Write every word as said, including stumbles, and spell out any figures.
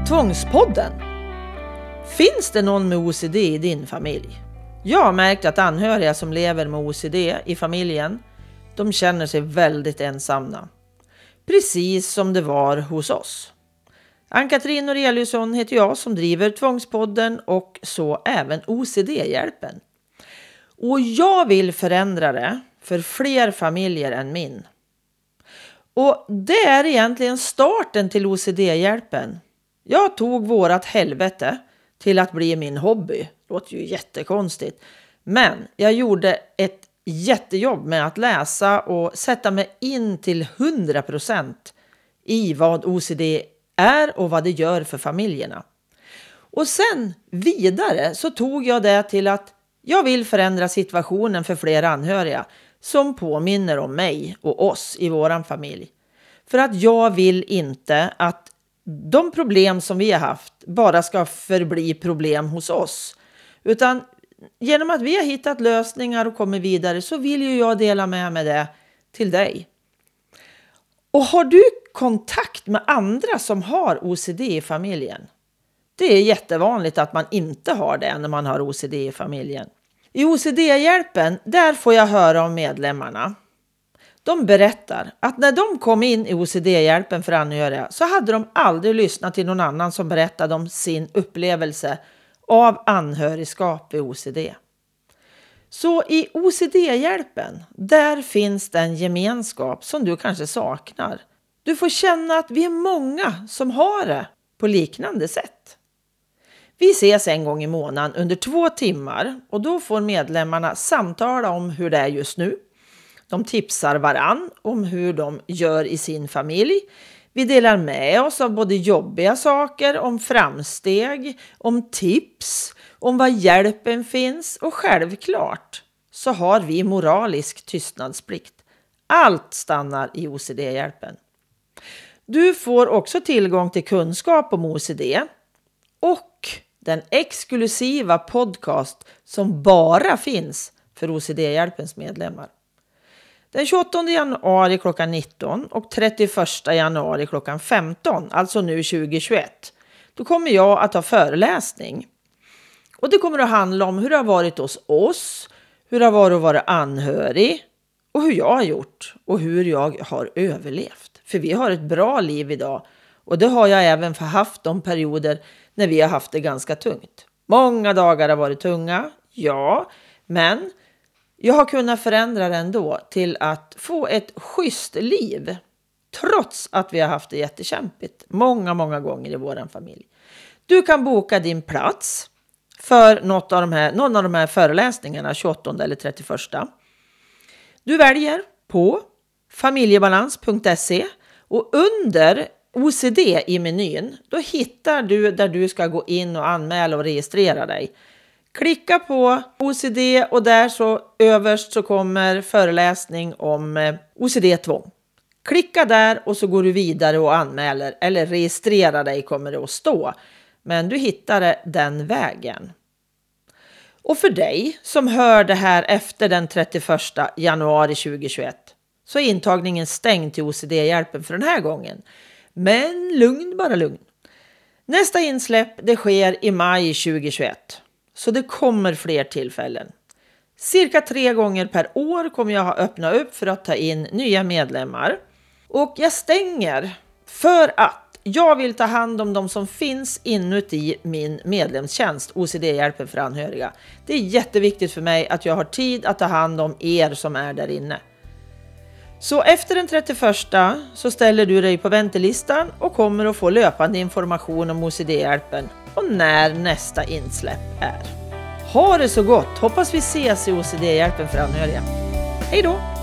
Tvångspodden. Finns det någon med O C D i din familj? Jag har märkt att anhöriga som lever med O C D i familjen, de känner sig väldigt ensamma. Precis som det var hos oss. Ann-Katrin Noreliusson heter jag som driver Tvångspodden och så även O C D-hjälpen. Och jag vill förändra det för fler familjer än min. Och det är egentligen starten till O C D-hjälpen. Jag tog vårat helvete till att bli min hobby. Låter ju jättekonstigt. Men jag gjorde ett jättejobb med att läsa och sätta mig in till hundra procent i vad O C D är och vad det gör för familjerna. Och sen vidare så tog jag det till att jag vill förändra situationen för fler anhöriga som påminner om mig och oss i våran familj. För att jag vill inte att de problem som vi har haft bara ska förbli problem hos oss. Utan genom att vi har hittat lösningar och kommer vidare så vill ju jag dela med mig det till dig. Och har du kontakt med andra som har O C D i familjen? Det är jättevanligt att man inte har det när man har O C D i familjen. I O C D-hjälpen, där får jag höra om medlemmarna. De berättar att när de kom in i O C D-hjälpen för anhöriga så hade de aldrig lyssnat till någon annan som berättade om sin upplevelse av anhörigskap i O C D. Så i O C D-hjälpen, där finns det en gemenskap som du kanske saknar. Du får känna att vi är många som har det på liknande sätt. Vi ses en gång i månaden under två timmar och då får medlemmarna samtala om hur det är just nu. De tipsar varann om hur de gör i sin familj. Vi delar med oss av både jobbiga saker, om framsteg, om tips, om var hjälpen finns och självklart så har vi moralisk tystnadsplikt. Allt stannar i O C D-hjälpen. Du får också tillgång till kunskap om O C D och den exklusiva podcast som bara finns för O C D-hjälpens medlemmar. Den tjugoåttonde januari klockan nitton och trettioförsta januari klockan femton, alltså nu tjugohundratjugoett, då kommer jag att ha föreläsning. Och det kommer att handla om hur det har varit hos oss, hur det har varit att vara anhörig och hur jag har gjort och hur jag har överlevt. För vi har ett bra liv idag och det har jag även haft de perioder när vi har haft det ganska tungt. Många dagar har varit tunga, ja, men jag har kunnat förändra det ändå till att få ett schysst liv. Trots att vi har haft det jättekämpigt många, många gånger i vår familj. Du kan boka din plats för något av de här, någon av de här föreläsningarna tjugoåttonde eller trettioförsta. Du väljer på familjebalans punkt se och under O C D i menyn då hittar du där du ska gå in och anmäla och registrera dig. Klicka på O C D och där så överst så kommer föreläsning om O C D-tvång. Klicka där och så går du vidare och anmäler eller registrera dig kommer det att stå. Men du hittar det den vägen. Och för dig som hör det här efter den trettioförsta januari tjugohundratjugoett så är intagningen stängd till O C D-hjälpen för den här gången. Men lugn, bara lugn. Nästa insläpp det sker i maj tjugohundratjugoett. Så det kommer fler tillfällen. Cirka tre gånger per år kommer jag ha öppnat upp för att ta in nya medlemmar. Och jag stänger för att jag vill ta hand om de som finns inuti min medlemstjänst O C D-hjälpen för anhöriga. Det är jätteviktigt för mig att jag har tid att ta hand om er som är där inne. Så efter den trettioförsta så ställer du dig på väntelistan och kommer att få löpande information om O C D-hjälpen och när nästa insläpp är. Ha det så gott! Hoppas vi ses i O C D-hjälpen för anhöriga. Hej då!